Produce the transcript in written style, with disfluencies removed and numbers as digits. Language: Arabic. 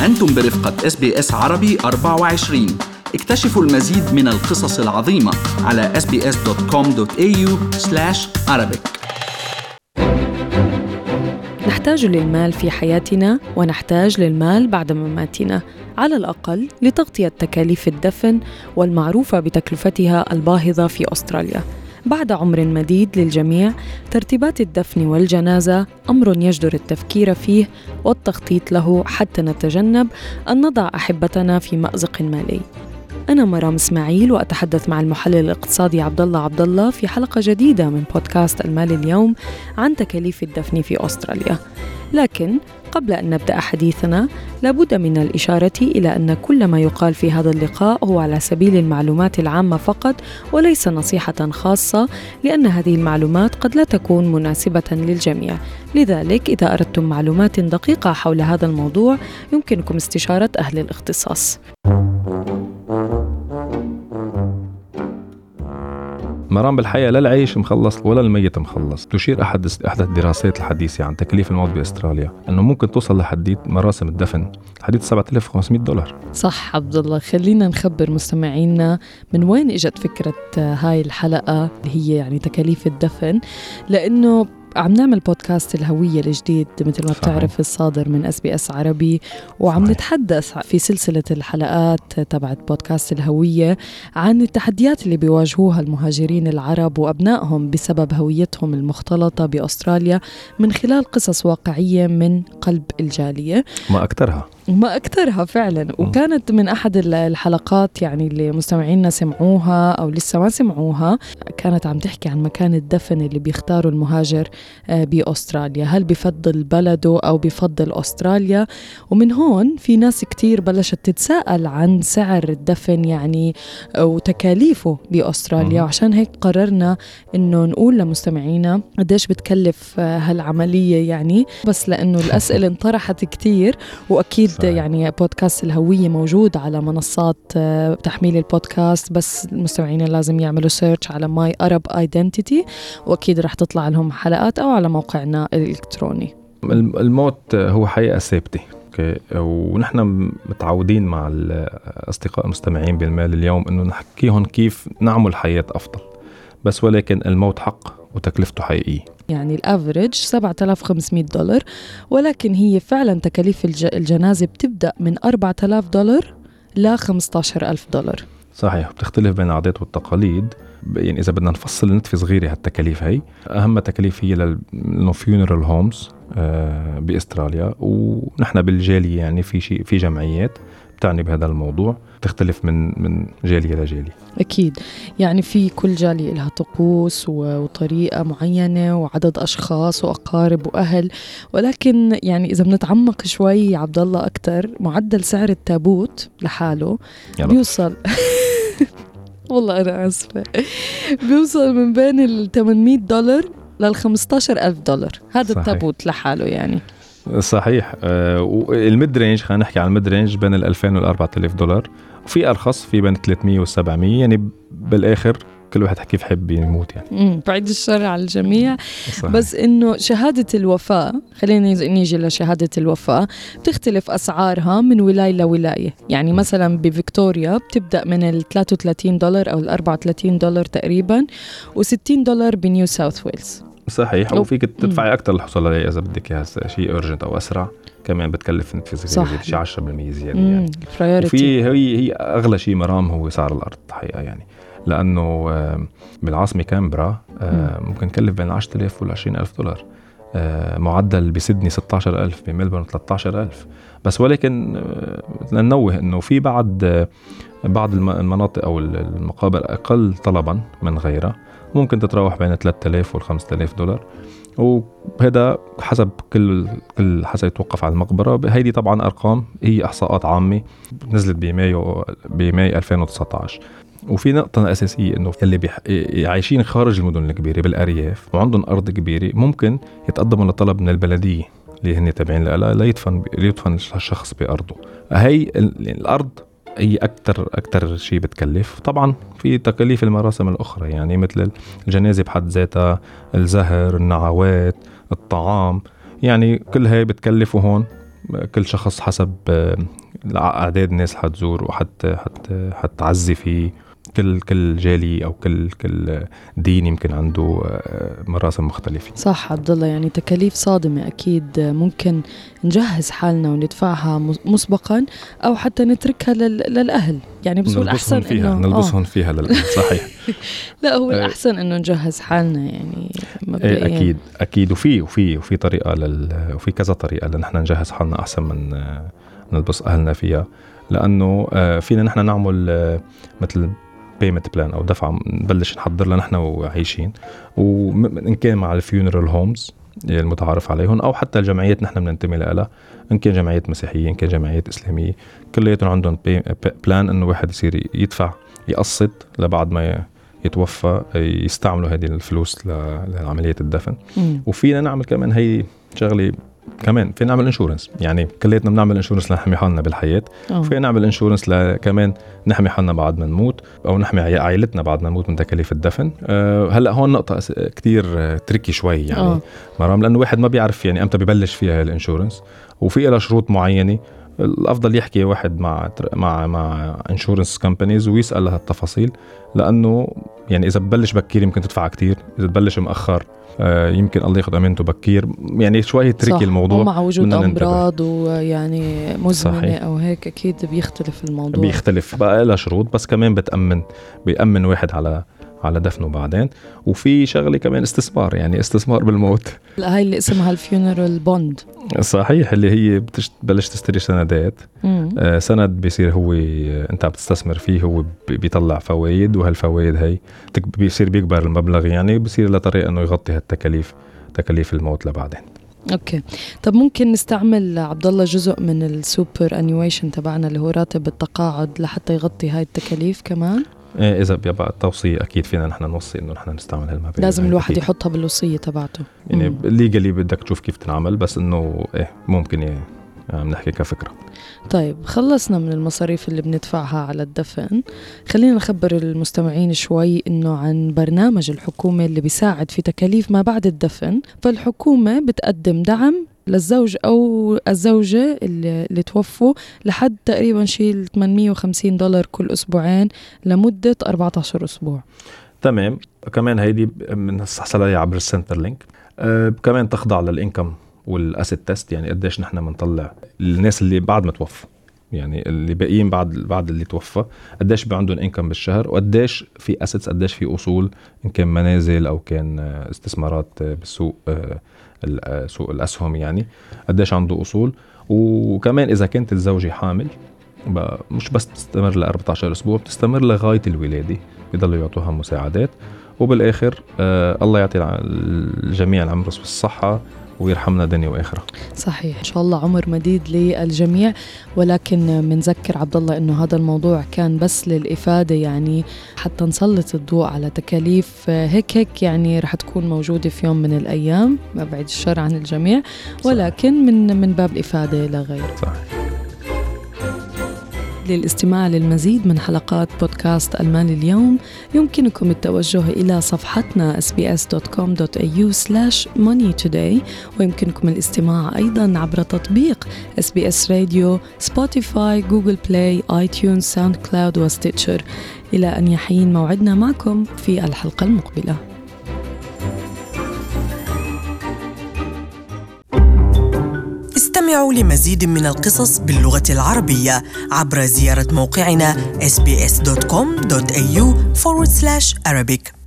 أنتم برفقة SBS عربي 24. اكتشفوا المزيد من القصص العظيمة على sbs.com.au/arabic. نحتاج للمال في حياتنا ونحتاج للمال بعد مماتنا، على الأقل لتغطية تكاليف الدفن والمعروفة بتكلفتها الباهظة في أستراليا. بعد عمر مديد للجميع، ترتيبات الدفن والجنازة أمر يجدر التفكير فيه والتخطيط له حتى نتجنب أن نضع أحبتنا في مأزق مالي. أنا مرام إسماعيل، وأتحدث مع المحلل الاقتصادي عبد الله في حلقة جديدة من بودكاست المال اليوم عن تكاليف الدفن في أستراليا. لكن قبل أن نبدأ حديثنا، لابد من الإشارة إلى أن كل ما يقال في هذا اللقاء هو على سبيل المعلومات العامة فقط وليس نصيحة خاصة، لأن هذه المعلومات قد لا تكون مناسبة للجميع. لذلك إذا أردتم معلومات دقيقة حول هذا الموضوع يمكنكم استشارة أهل الاختصاص. مرام، بالحقيقة لا العيش مخلص ولا الميت مخلص. تشير أحد الدراسات الحديثة عن تكليف الموت بأستراليا أنه ممكن توصل لحديث مراسم الدفن حديث $7,500. صح عبد الله، خلينا نخبر مستمعينا من وين إجت فكرة هاي الحلقة اللي هي يعني تكاليف الدفن، لأنه عم نعمل بودكاست الهوية الجديد مثل ما بتعرف الصادر من SBS عربي، وعم نتحدث في سلسلة الحلقات تبعت بودكاست الهوية عن التحديات اللي بيواجهوها المهاجرين العرب وأبنائهم بسبب هويتهم المختلطة بأستراليا من خلال قصص واقعية من قلب الجالية. ما أكثرها فعلا. وكانت من أحد الحلقات يعني اللي مستمعينا سمعوها أو لسه ما سمعوها، كانت عم تحكي عن مكان الدفن اللي بيختاروا المهاجر بأستراليا، هل بفضل بلده أو بفضل أستراليا. ومن هون في ناس كتير بلشت تتساءل عن سعر الدفن يعني وتكاليفه بأستراليا، وعشان هيك قررنا إنه نقول لمستمعينا قديش بتكلف هالعملية، يعني بس لأنه الأسئلة انطرحت كتير. وأكيد يعني بودكاست الهوية موجود على منصات تحميل البودكاست، بس المستمعين لازم يعملوا سيرش على My Arab Identity، وأكيد رح تطلع لهم حلقات أو على موقعنا الإلكتروني. الموت هو حقيقة ثابتة، ونحن متعودين مع الأصدقاء المستمعين بالمال اليوم إنه نحكيهم كيف نعمل حياة أفضل، بس ولكن الموت حق وتكلفته حقيقية. يعني الأفريج $7,500، ولكن هي فعلا تكاليف الجنازة بتبدأ من $4,000 ل $15,000. صحيح، بتختلف بين العادات والتقاليد. يعني إذا بدنا نفصل نتفي صغيرة هالتكاليف هي، أهم تكاليف هي للفيونرال هومز بأستراليا، ونحن بالجالية يعني في جمعيات تعني بهذا الموضوع، تختلف من جالية لجالية. أكيد، يعني في كل جالية لها طقوس وطريقة معينة وعدد أشخاص وأقارب وأهل. ولكن يعني إذا بنتعمق شوي عبد الله أكتر، معدل سعر التابوت لحاله بيوصل والله أنا أسفة، بيوصل من بين $800 لل $15,000. هذا التابوت لحاله يعني. صحيح. والميد رينج، خلينا نحكي عن الميد رينج بين $2,000 وال $4,000، وفي أرخص في بين 300 و 700. يعني بالآخر كل واحد كيف حب يموت يعني. بعيد الشر على الجميع. صحيح. بس إنه شهادة الوفاة، خلينا نيجي لشهادة الوفاة، بتختلف أسعارها من ولاية لولاية. يعني مثلا بفيكتوريا بتبدأ من $33 أو $34 تقريبا، و$60 بنيو ساوث ويلز. صحيح. وفيك تدفعي أكتر للحصول عليه إذا بدك إياه شيء أورجنت أو أسرع، كمان بتكلف شيء 10% زيادة يعني. وفي هي أغلى شيء مرام هو سعر الأرض حقيقة، يعني لأنه بالعاصمة كامبرا ممكن يكلف بين $10,000 وال $20,000. معدل بسيدني 16,000، بملبورن 13,000. بس ولكن ننوه إنه في بعض المناطق أو المقابر أقل طلبا من غيرها، ممكن تتراوح بين $3,000 وال $5,000. وهذا حسب كل حسب يتوقف على المقبرة. هيدي طبعا أرقام، هي إحصاءات عامة نزلت بمايو 2019. وفي نقطة أساسية إنه اللي عايشين خارج المدن الكبيرة بالأرياف وعندهم أرض كبيرة ممكن يتقدموا لطلب من البلدية اللي هن تابعين لها ليدفن الشخص بأرضه. هي الأرض هي أكتر شيء بتكلف. طبعا في تكاليف المراسم الأخرى، يعني مثل الجنازة بحد ذاتها، الزهر، النعوات، الطعام، يعني كل هاي بتكلفوا هون كل شخص حسب أعداد الناس حتزور حتعزي فيه. كل جالي أو كل دين يمكن عنده مراسم مختلفة. صح عبد الله، يعني تكاليف صادمة أكيد. ممكن نجهز حالنا وندفعها مسبقا أو حتى نتركها للأهل، يعني بس هو الأحسن إنه نلبسهم فيها للأهل. صحيح. لا هو الأحسن إنه نجهز حالنا يعني مبدئيا. أكيد وفي طريقة وفي كذا طريقة لنحن نجهز حالنا أحسن من نلبس أهلنا فيها، لأنه فينا نحن نعمل مثل payment plan أو دفع، نبلش نحضر لنا نحن وعايشين، وإن كان مع الفيونرال هومز المتعارف عليهم أو حتى الجمعيات نحن بننتمي لها، إن كان جمعيات مسيحية إن كان جمعيات إسلامية، كلياتهم عندهم بلان إنه واحد يصير يدفع يقسط لبعد ما يتوفى يستعملوا هذه الفلوس لعملية الدفن. وفينا نعمل كمان هي شغلة كمان، فينا نعمل انشورنس، يعني كلياتنا بنعمل انشورنس لنحمي حالنا بالحياة، وفينا نعمل انشورنس كمان نحمي حالنا بعد ما نموت أو نحمي عائلتنا بعد ما نموت من تكاليف الدفن. هلأ هون نقطة كتير تريكي شوي يعني مرام، لأنه واحد ما بيعرف يعني أمتى بيبلش فيها الانشورنس، وفي لها شروط معينة. الأفضل يحكي واحد مع انشورنس كامبانيز ويسأل لها التفاصيل، لأنه يعني إذا ببلش بكير يمكن تدفع كتير، إذا تبلش مأخر يمكن الله ياخذ أمانته بكير، يعني شوية تريكي الموضوع. ومع وجود أمراض ويعني مزمنة صحيح. أو هيك أكيد بيختلف الموضوع، بيختلف بقى لها شروط، بس كمان بيأمن واحد على دفنه بعدين. وفي شغلة كمان استثمار، يعني استثمار بالموت، هاي اللي اسمها الفيونرال بوند. صحيح، اللي هي بتبلش تشتري سندات. سند بيصير هو انت بتستثمر فيه، هو بيطلع فوائد، وهالفوائد هي بيصير بيكبر المبلغ، يعني بيصير لطريقة انه يغطي تكاليف الموت لبعدين. اوكي، طب ممكن نستعمل عبد الله جزء من السوبر انيويشن تبعنا اللي هو راتب التقاعد لحتى يغطي هاي التكاليف كمان؟ إذا بيبقى التوصية أكيد فينا نحن نوصي إنه نحن نستعمل هالمبالغ، لازم الواحد يحطها بالوصية تبعته. يعني ليجالي بدك تشوف كيف تنعمل، بس إنه ممكن نحكي كفكرة. طيب خلصنا من المصاريف اللي بندفعها على الدفن، خلينا نخبر المستمعين شوي إنه عن برنامج الحكومة اللي بيساعد في تكاليف ما بعد الدفن. فالحكومة بتقدم دعم للزوج أو الزوجة اللي توفوا لحد تقريبا شيء $850 كل أسبوعين لمدة 14 أسبوع. تمام. كمان هيدي بنحصل عليها عبر السنتر لينك. كمان تخضع للإنكم والأسيت تيست، يعني قديش نحن منطلع الناس اللي بعد ما توفى، يعني اللي باقيين بعد اللي توفى، قديش عندهم إنكم بالشهر، وقديش في أسيتس، قديش في أصول، إن كان منازل أو كان استثمارات بالسوق، سوق الأسهم، يعني قديش عنده أصول. وكمان إذا كانت الزوجة حامل مش بس تستمر ل14 أسبوع، بتستمر لغاية الولادة، بيضلوا يعطوها مساعدات. وبالآخر الله يعطي الجميع العمر والصحة ويرحمنا دنيا وآخرة. صحيح، إن شاء الله عمر مديد للجميع. ولكن منذكر عبد الله إنه هذا الموضوع كان بس للإفادة، يعني حتى نسلط الضوء على تكاليف هيك يعني رح تكون موجودة في يوم من الأيام، ما بعد الشر عن الجميع، ولكن من باب الإفادة لا غير. صحيح. للاستماع للمزيد من حلقات بودكاست المال اليوم يمكنكم التوجه إلى صفحتنا sbs.com.au/moneytoday، ويمكنكم الاستماع أيضا عبر تطبيق SBS راديو، سبوتيفاي، جوجل بلاي، آيتيونز، ساوند كلاود وستيتشر. إلى أن يحين موعدنا معكم في الحلقة المقبلة. استمعوا لمزيد من القصص باللغة العربية عبر زيارة موقعنا sbs.com.au/Arabic.